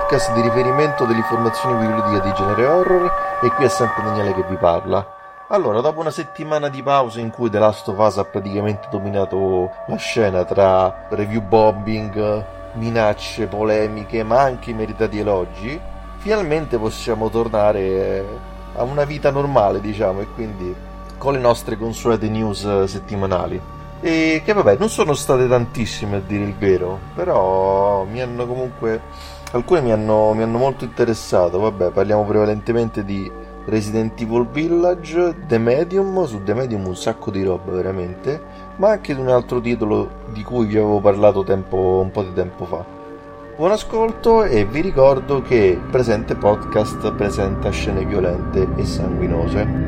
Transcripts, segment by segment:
podcast di riferimento delle informazioni videoludiche di genere horror, e qui è sempre Daniele che vi parla. Allora, dopo una settimana di pausa in cui The Last of Us ha praticamente dominato la scena tra review bombing, minacce, polemiche, ma anche i meritati elogi, finalmente possiamo tornare a una vita normale, diciamo, e quindi con le nostre consuete news settimanali. E che vabbè, non sono state tantissime a dire il vero, però mi hanno comunque, alcune mi hanno molto interessato. Vabbè, parliamo prevalentemente di Resident Evil Village, The Medium. Su The Medium un sacco di roba veramente, ma anche di un altro titolo di cui vi avevo parlato un po' di tempo fa. Buon ascolto, e vi ricordo che il presente podcast presenta scene violente e sanguinose.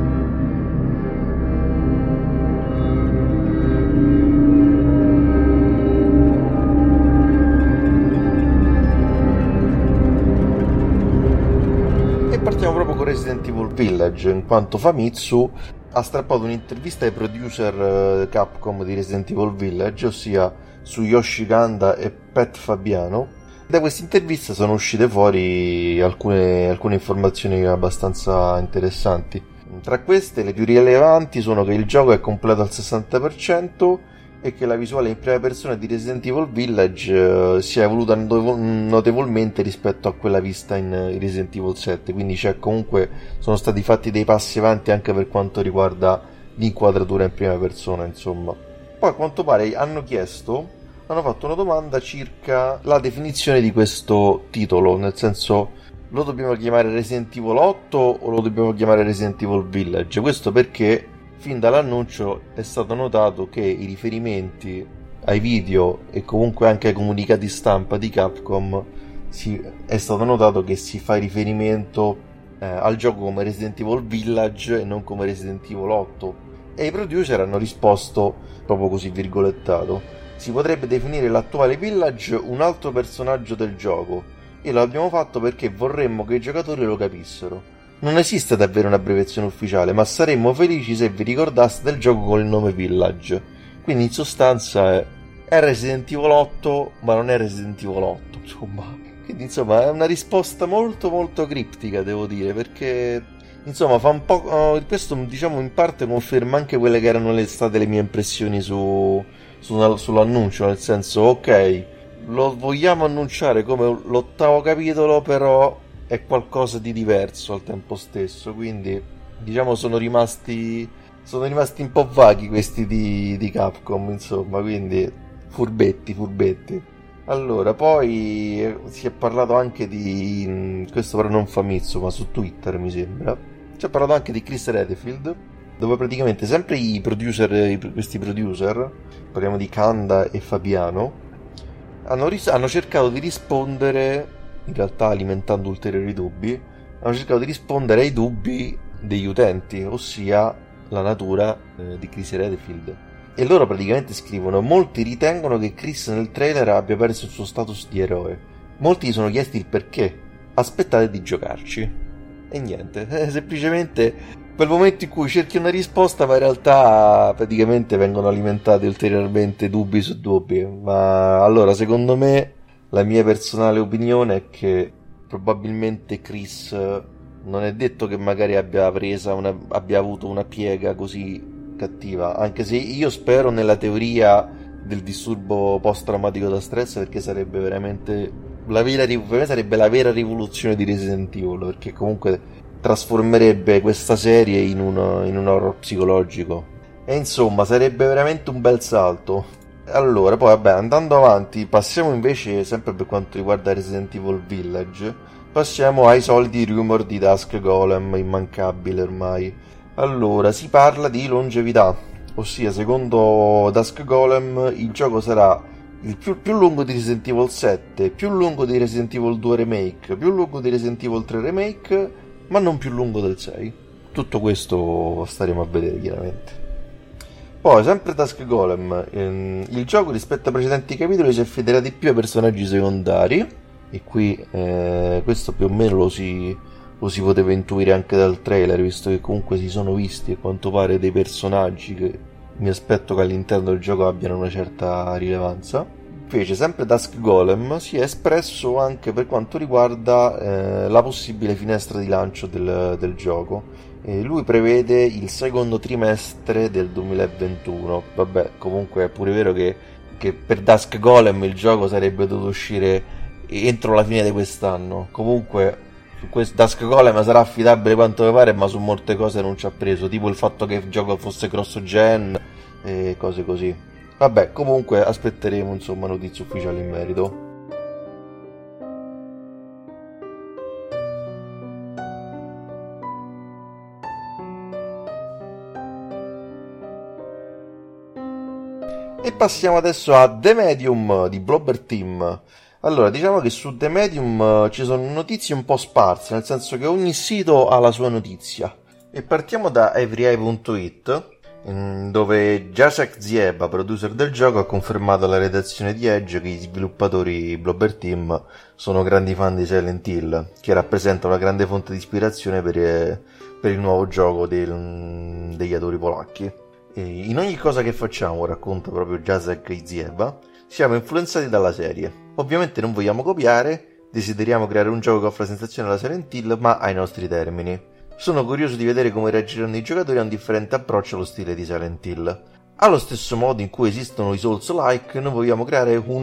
Partiamo proprio con Resident Evil Village, in quanto Famitsu ha strappato un'intervista ai producer Capcom di Resident Evil Village, ossia Tsuyoshi Kanda e Pat Fabiano. Da questa intervista sono uscite fuori alcune informazioni abbastanza interessanti. Tra queste, le più rilevanti sono che il gioco è completo al 60% e che la visuale in prima persona di Resident Evil Village si è evoluta notevolmente rispetto a quella vista in Resident Evil 7, quindi sono stati fatti dei passi avanti anche per quanto riguarda l'inquadratura in prima persona, insomma. Poi a quanto pare hanno fatto una domanda circa la definizione di questo titolo, nel senso, lo dobbiamo chiamare Resident Evil 8 o lo dobbiamo chiamare Resident Evil Village? Questo perché fin dall'annuncio è stato notato che i riferimenti ai video e comunque anche ai comunicati stampa di Capcom è stato notato che si fa riferimento al gioco come Resident Evil Village e non come Resident Evil 8, e i producer hanno risposto proprio così, virgolettato: si potrebbe definire l'attuale Village un altro personaggio del gioco, e lo abbiamo fatto perché vorremmo che i giocatori lo capissero. Non esiste davvero un'abbreviazione ufficiale, ma saremmo felici se vi ricordaste del gioco con il nome Village. Quindi in sostanza è Resident Evil 8, ma non è Resident Evil 8, insomma. Quindi insomma è una risposta molto molto criptica, devo dire, perché insomma fa un po', questo diciamo in parte conferma anche quelle che erano state le mie impressioni sull'annuncio, nel senso, ok, lo vogliamo annunciare come l'8º capitolo, però è qualcosa di diverso al tempo stesso, quindi diciamo sono rimasti un po' vaghi questi di Capcom, insomma, quindi furbetti. Allora, poi si è parlato anche di questo, però non Famitsu, ma su Twitter mi sembra si è parlato anche di Chris Redfield, dove praticamente sempre questi producer, parliamo di Kanda e Fabiano, hanno cercato di rispondere, in realtà alimentando ulteriori dubbi, hanno cercato di rispondere ai dubbi degli utenti, ossia la natura di Chris Redfield. E loro praticamente scrivono: molti ritengono che Chris nel trailer abbia perso il suo status di eroe. Molti gli sono chiesti il perché. Aspettate di giocarci. E niente, semplicemente quel momento in cui cerchi una risposta, ma in realtà praticamente vengono alimentati ulteriormente dubbi su dubbi. Ma allora, secondo me, la mia personale opinione è che probabilmente Chris non è detto che magari abbia avuto una piega così cattiva, anche se io spero nella teoria del disturbo post-traumatico da stress, perché sarebbe veramente per me sarebbe la vera rivoluzione di Resident Evil, perché comunque trasformerebbe questa serie in un horror psicologico, e insomma sarebbe veramente un bel salto. Allora, poi vabbè, andando avanti, passiamo invece, sempre per quanto riguarda Resident Evil Village, passiamo ai soliti rumor di Dusk Golem, immancabile ormai. Allora, si parla di longevità, ossia secondo Dusk Golem il gioco sarà il più lungo di Resident Evil 7, più lungo di Resident Evil 2 Remake, più lungo di Resident Evil 3 Remake, ma non più lungo del 6. Tutto questo staremo a vedere chiaramente. Poi, sempre Dusk Golem, il gioco rispetto ai precedenti capitoli si affiderà di più ai personaggi secondari, e qui questo più o meno lo si poteva intuire anche dal trailer, visto che comunque si sono visti a quanto pare dei personaggi che mi aspetto che all'interno del gioco abbiano una certa rilevanza. Invece, sempre Dusk Golem si è espresso anche per quanto riguarda la possibile finestra di lancio del gioco. Lui prevede il secondo trimestre del 2021. Vabbè, comunque è pure vero che per Dusk Golem il gioco sarebbe dovuto uscire entro la fine di quest'anno. Comunque Dusk Golem sarà affidabile quanto mi pare, ma su molte cose non ci ha preso, tipo il fatto che il gioco fosse cross-gen e cose così. Vabbè, comunque aspetteremo insomma notizie ufficiali in merito. E passiamo adesso a The Medium di Blobber Team. Allora, diciamo che su The Medium ci sono notizie un po' sparse, nel senso che ogni sito ha la sua notizia. E partiamo da everyeye.it, dove Jacek Zieba, producer del gioco, ha confermato alla redazione di Edge che gli sviluppatori Blobber Team sono grandi fan di Silent Hill, che rappresenta una grande fonte di ispirazione per il nuovo gioco degli autori polacchi. E in ogni cosa che facciamo, racconta proprio Jacek Zieba, siamo influenzati dalla serie. Ovviamente non vogliamo copiare, desideriamo creare un gioco che offra sensazioni alla Silent Hill, ma ai nostri termini. Sono curioso di vedere come reagiranno i giocatori a un differente approccio allo stile di Silent Hill. Allo stesso modo in cui esistono i Souls-like, noi vogliamo creare un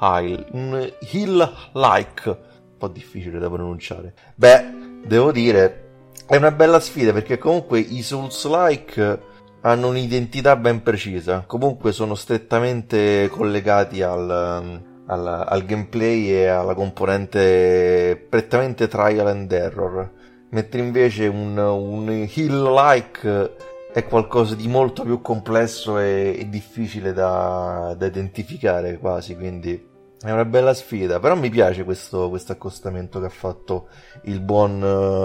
Hill-like. Un po' difficile da pronunciare. Beh, devo dire, è una bella sfida perché comunque i Souls-like hanno un'identità ben precisa. Comunque sono strettamente collegati al gameplay e alla componente prettamente trial and error. Mentre invece un Hill-like è qualcosa di molto più complesso e difficile da identificare quasi, quindi è una bella sfida. Però mi piace questo accostamento che ha fatto il buon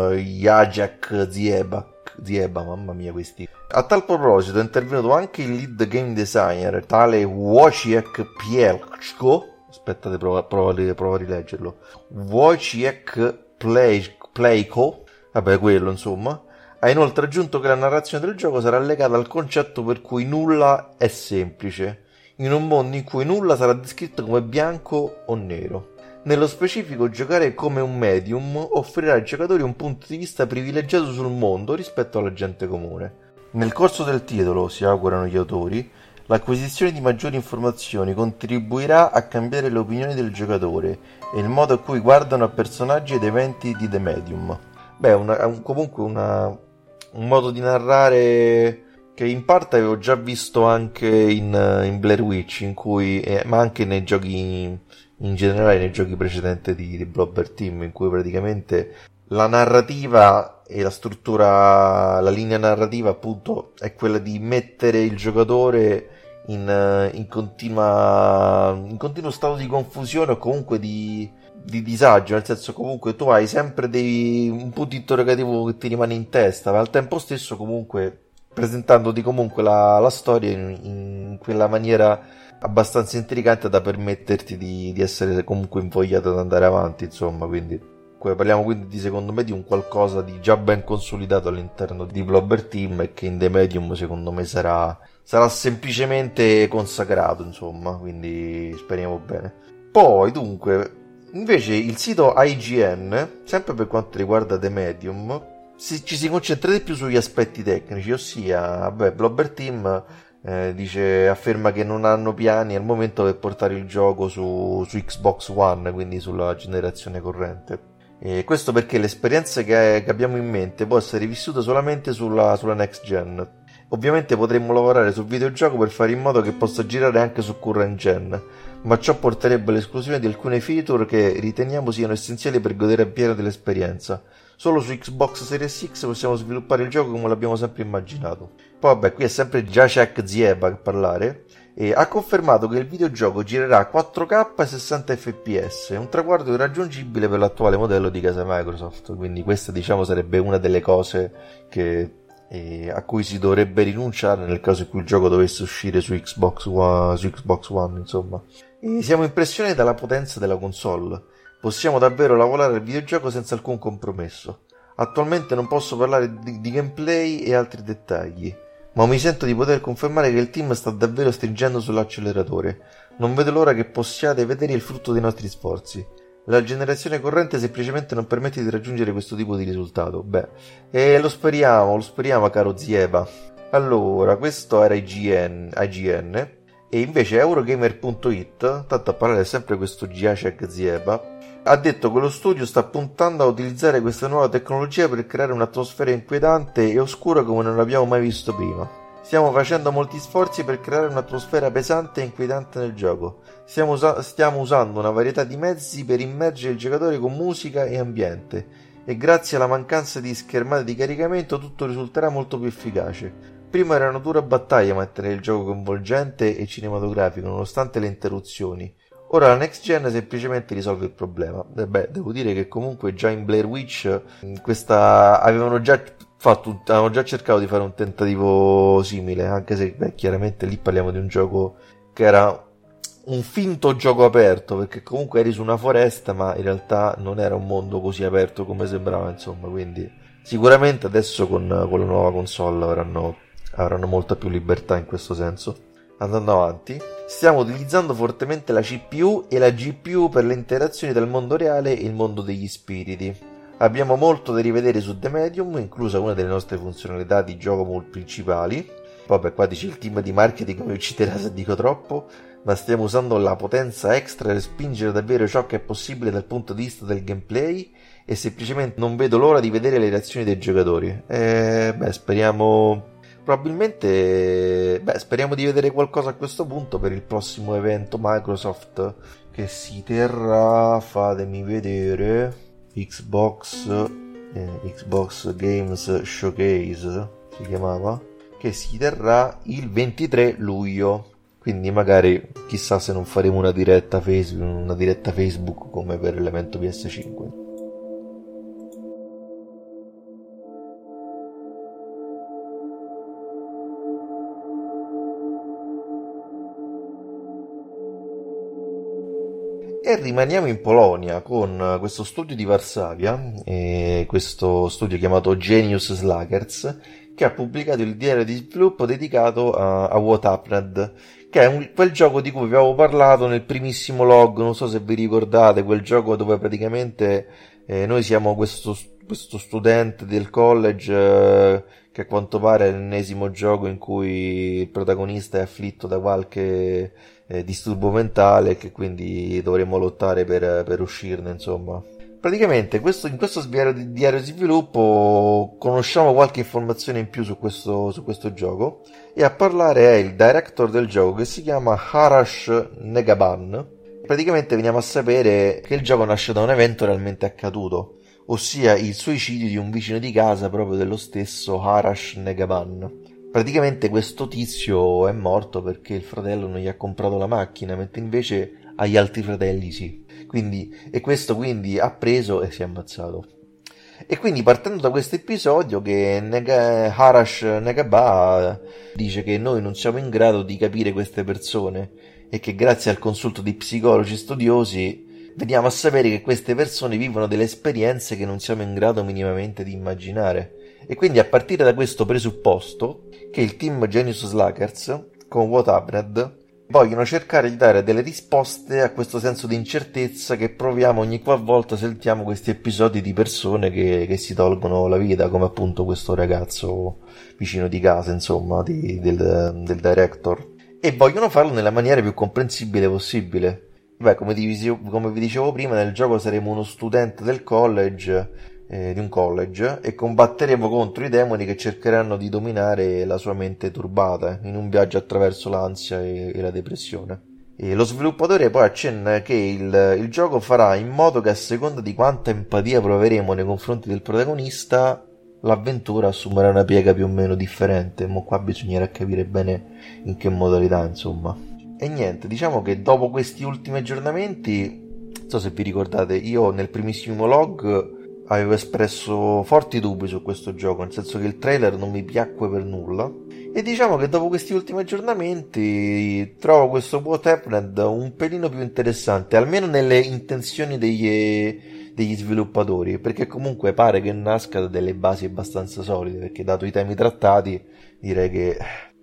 Jacek Zieba, mamma mia questi. A tal proposito è intervenuto anche il lead game designer, tale Wojciech Pielczko. Aspettate, provo a rileggerlo. Wojciech Plejko. Vabbè, quello insomma, ha inoltre aggiunto che la narrazione del gioco sarà legata al concetto per cui nulla è semplice, in un mondo in cui nulla sarà descritto come bianco o nero. Nello specifico, giocare come un medium offrirà ai giocatori un punto di vista privilegiato sul mondo rispetto alla gente comune. Nel corso del titolo, si augurano gli autori, l'acquisizione di maggiori informazioni contribuirà a cambiare le opinioni del giocatore e il modo a cui guardano a personaggi ed eventi di The Medium. Beh, comunque un modo di narrare che in parte avevo già visto anche in Blair Witch, ma anche nei giochi in generale, nei giochi precedenti di Blobber Team, in cui praticamente la narrativa e la struttura, la linea narrativa appunto è quella di mettere il giocatore in continuo stato di confusione o comunque di disagio, nel senso comunque tu hai sempre un punto interrogativo che ti rimane in testa, ma al tempo stesso comunque presentandoti comunque la storia in quella maniera abbastanza intrigante da permetterti di essere comunque invogliato ad andare avanti, insomma. Quindi parliamo quindi secondo me di un qualcosa di già ben consolidato all'interno di Blobber Team e che in The Medium secondo me sarà semplicemente consacrato, insomma, quindi speriamo bene. Poi dunque invece il sito IGN, sempre per quanto riguarda The Medium, ci si concentra di più sugli aspetti tecnici, ossia, Blobber Team afferma che non hanno piani al momento per portare il gioco su Xbox One, quindi sulla generazione corrente. E questo perché l'esperienza che abbiamo in mente può essere vissuta solamente sulla next gen. Ovviamente potremmo lavorare sul videogioco per fare in modo che possa girare anche su current gen, ma ciò porterebbe all'esclusione di alcune feature che riteniamo siano essenziali per godere appieno dell'esperienza. Solo su Xbox Series X possiamo sviluppare il gioco come l'abbiamo sempre immaginato. Poi qui è sempre Jacek Zieba a parlare, e ha confermato che il videogioco girerà a 4K e 60 fps, un traguardo irraggiungibile per l'attuale modello di casa Microsoft, quindi questa diciamo sarebbe una delle cose a cui si dovrebbe rinunciare nel caso in cui il gioco dovesse uscire su Xbox One, insomma. E siamo impressionati dalla potenza della console. Possiamo davvero lavorare al videogioco senza alcun compromesso. Attualmente non posso parlare di gameplay e altri dettagli, ma mi sento di poter confermare che il team sta davvero stringendo sull'acceleratore. Non vedo l'ora che possiate vedere il frutto dei nostri sforzi. La generazione corrente semplicemente non permette di raggiungere questo tipo di risultato. Beh, lo speriamo caro Zieba. Allora, questo era IGN e invece Eurogamer.it, tanto a parlare sempre questo Jacek Zieba, ha detto che lo studio sta puntando a utilizzare questa nuova tecnologia per creare un'atmosfera inquietante e oscura come non abbiamo mai visto prima. Stiamo facendo molti sforzi per creare un'atmosfera pesante e inquietante nel gioco. Stiamo usando una varietà di mezzi per immergere il giocatore con musica e ambiente, e grazie alla mancanza di schermate di caricamento tutto risulterà molto più efficace. Prima era una dura battaglia mantenere il gioco coinvolgente e cinematografico nonostante le interruzioni. Ora la next gen semplicemente risolve il problema. Devo dire che comunque già in Blair Witch avevano già cercato di fare un tentativo simile, anche se chiaramente lì parliamo di un gioco che era un finto gioco aperto, perché comunque eri su una foresta, ma in realtà non era un mondo così aperto come sembrava, insomma, quindi sicuramente adesso con la nuova console avranno molta più libertà in questo senso. Andando avanti, stiamo utilizzando fortemente la CPU e la GPU per le interazioni tra il mondo reale e il mondo degli spiriti. Abbiamo molto da rivedere su The Medium, inclusa una delle nostre funzionalità di gioco principali. Vabbè, qua dice il team di marketing mi ucciderà se dico troppo, ma stiamo usando la potenza extra per spingere davvero ciò che è possibile dal punto di vista del gameplay, e semplicemente non vedo l'ora di vedere le reazioni dei giocatori. Speriamo... Probabilmente, speriamo di vedere qualcosa a questo punto per il prossimo evento Microsoft che si terrà, fatemi vedere, Xbox Games Showcase si chiamava, che si terrà il 23 luglio. Quindi magari chissà se non faremo una diretta Facebook come per l'evento PS5. E rimaniamo in Polonia con questo studio di Varsavia, questo studio chiamato Genius Slagers, che ha pubblicato il diario di sviluppo dedicato a What Happened, che è quel gioco di cui vi avevo parlato nel primissimo log. Non so se vi ricordate, quel gioco dove praticamente noi siamo questo studente del college che a quanto pare è l'ennesimo gioco in cui il protagonista è afflitto da qualche disturbo mentale e che quindi dovremmo lottare per uscirne, insomma. Praticamente in questo diario di sviluppo conosciamo qualche informazione in più su questo gioco, e a parlare è il director del gioco, che si chiama Harash Negaban. Praticamente veniamo a sapere che il gioco nasce da un evento realmente accaduto, ossia il suicidio di un vicino di casa proprio dello stesso Harash Negaban. Praticamente questo tizio è morto perché il fratello non gli ha comprato la macchina, mentre invece agli altri fratelli sì. Questo quindi ha preso e si è ammazzato. E quindi partendo da questo episodio che Harash Negaba dice che noi non siamo in grado di capire queste persone, e che grazie al consulto di psicologi studiosi veniamo a sapere che queste persone vivono delle esperienze che non siamo in grado minimamente di immaginare. E quindi a partire da questo presupposto che il team Genius Slagers con What Happened vogliono cercare di dare delle risposte a questo senso di incertezza che proviamo ogni qualvolta sentiamo questi episodi di persone che si tolgono la vita, come appunto questo ragazzo vicino di casa, insomma, del director. E vogliono farlo nella maniera più comprensibile possibile. Come vi dicevo prima, nel gioco saremo uno studente del college, di un college, e combatteremo contro i demoni che cercheranno di dominare la sua mente turbata in un viaggio attraverso l'ansia e la depressione. E lo sviluppatore poi accenna che il gioco farà in modo che a seconda di quanta empatia proveremo nei confronti del protagonista, l'avventura assumerà una piega più o meno differente. Ma qua bisognerà capire bene in che modalità, insomma. E niente, diciamo che dopo questi ultimi aggiornamenti, non so se vi ricordate, io nel primissimo log avevo espresso forti dubbi su questo gioco, nel senso che il trailer non mi piacque per nulla, e diciamo che dopo questi ultimi aggiornamenti trovo questo What Happened un pelino più interessante, almeno nelle intenzioni degli sviluppatori, perché comunque pare che nasca da delle basi abbastanza solide, perché dato i temi trattati direi che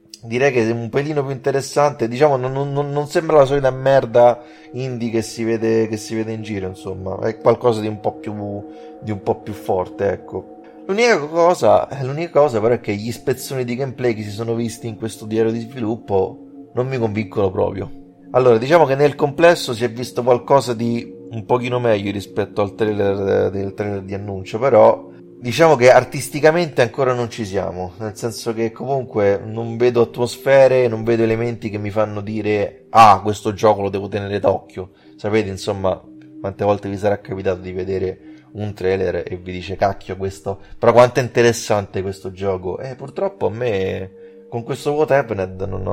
è un pelino più interessante, diciamo non sembra la solita merda indie che si vede in giro, insomma, è qualcosa di un po' più forte, ecco. L'unica cosa però è che gli spezzoni di gameplay che si sono visti in questo diario di sviluppo non mi convincono proprio. Allora, diciamo che nel complesso si è visto qualcosa di un pochino meglio rispetto al del trailer di annuncio, però diciamo che artisticamente ancora non ci siamo, nel senso che comunque non vedo atmosfere, non vedo elementi che mi fanno dire questo gioco lo devo tenere d'occhio. Sapete, insomma, quante volte vi sarà capitato di vedere un trailer e vi dice cacchio questo, però quanto è interessante questo gioco. Purtroppo a me con questo What Happened non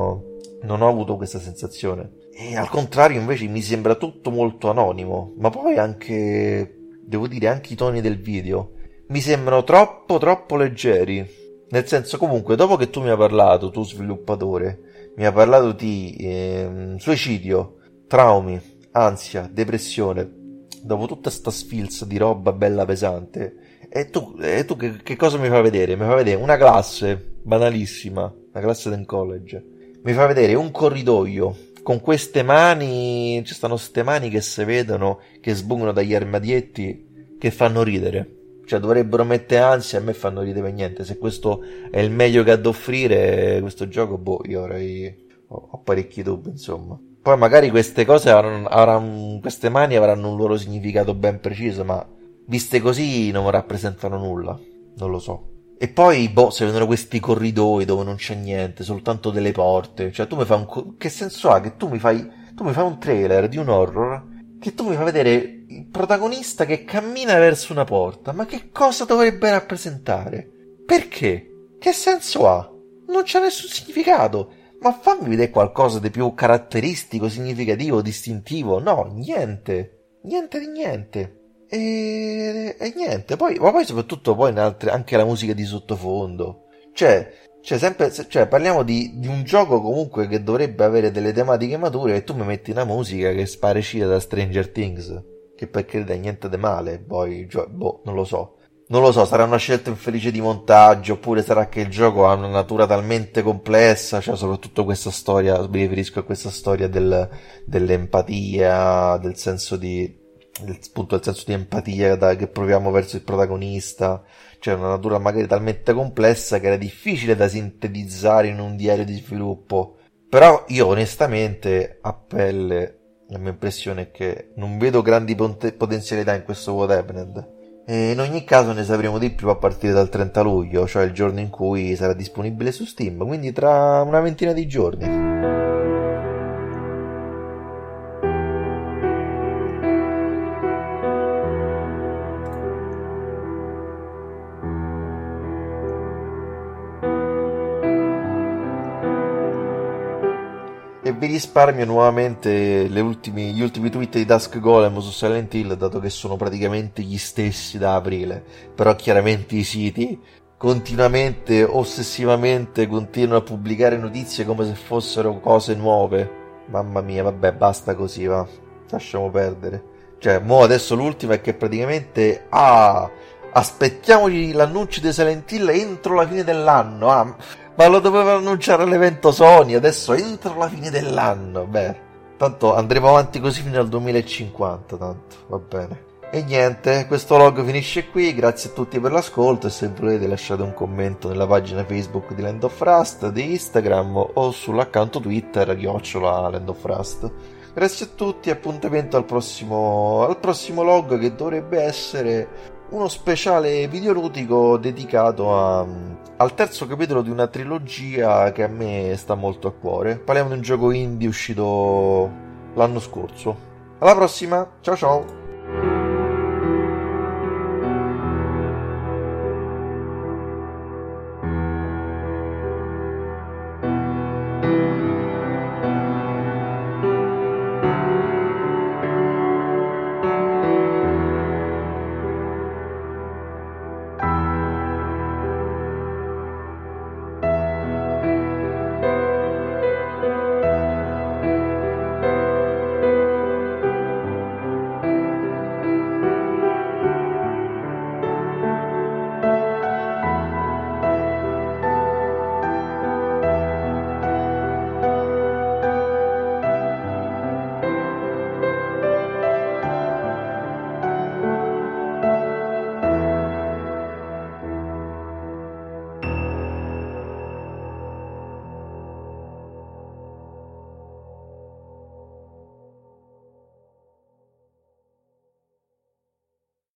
ho avuto questa sensazione, e al contrario invece mi sembra tutto molto anonimo, ma poi anche, devo dire, anche i toni del video mi sembrano troppo leggeri, nel senso, comunque, dopo che tu mi hai parlato, tu sviluppatore, mi hai parlato di suicidio, traumi, ansia, depressione, dopo tutta sta sfilza di roba bella pesante, e tu che cosa mi fai vedere? Mi fai vedere una classe banalissima, una classe del college, mi fa vedere un corridoio con queste mani, ci stanno ste mani che si vedono, che sbungono dagli armadietti, che fanno ridere. Cioè dovrebbero mettere ansia, a me fanno ridere per niente. Se questo è il meglio che ha da offrire questo gioco, io ho parecchi dubbi, insomma. Poi magari queste cose queste mani avranno un loro significato ben preciso, ma viste così non rappresentano nulla, non lo so. E poi, se vedono questi corridoi dove non c'è niente, soltanto delle porte, cioè tu mi fai che senso ha che tu mi fai un trailer di un horror che tu mi fai vedere il protagonista che cammina verso una porta? Ma che cosa dovrebbe rappresentare? Perché? Che senso ha? Non c'ha nessun significato. Ma fammi vedere qualcosa di più caratteristico, significativo, distintivo. No, niente. Niente di niente. E niente. Ma poi soprattutto poi anche la musica di sottofondo. Cioè, parliamo di un gioco comunque che dovrebbe avere delle tematiche mature, e tu mi metti una musica che è parecida da Stranger Things, che per carità niente di male, poi, non lo so. Non lo so, sarà una scelta infelice di montaggio, oppure sarà che il gioco ha una natura talmente complessa, cioè soprattutto questa storia, mi riferisco a questa storia dell'empatia, del senso di empatia che proviamo verso il protagonista, cioè una natura magari talmente complessa che era difficile da sintetizzare in un diario di sviluppo. Però io onestamente, a pelle, la mia impressione è che non vedo grandi potenzialità in questo What Happened. E in ogni caso ne sapremo di più a partire dal 30 luglio, cioè il giorno in cui sarà disponibile su Steam, quindi tra una ventina di giorni. E vi risparmio nuovamente gli ultimi tweet di Dusk Golem su Silent Hill, dato che sono praticamente gli stessi da aprile. Però chiaramente i siti continuamente, ossessivamente continuano a pubblicare notizie come se fossero cose nuove. Mamma mia, vabbè, basta così, va. Lasciamo perdere. Cioè, adesso l'ultimo è che praticamente aspettiamoci l'annuncio di Silent Hill entro la fine dell'anno. Ma lo doveva annunciare all'evento Sony, adesso entro la fine dell'anno. Tanto andremo avanti così fino al 2050, tanto, va bene. E niente, questo log finisce qui, grazie a tutti per l'ascolto, e se volete lasciate un commento nella pagina Facebook di Land of Rust, di Instagram o sull'account Twitter @Land of Rust. Grazie a tutti, appuntamento al prossimo log, che dovrebbe essere uno speciale videoludico dedicato al terzo capitolo di una trilogia che a me sta molto a cuore. Parliamo di un gioco indie uscito l'anno scorso. Alla prossima, ciao ciao!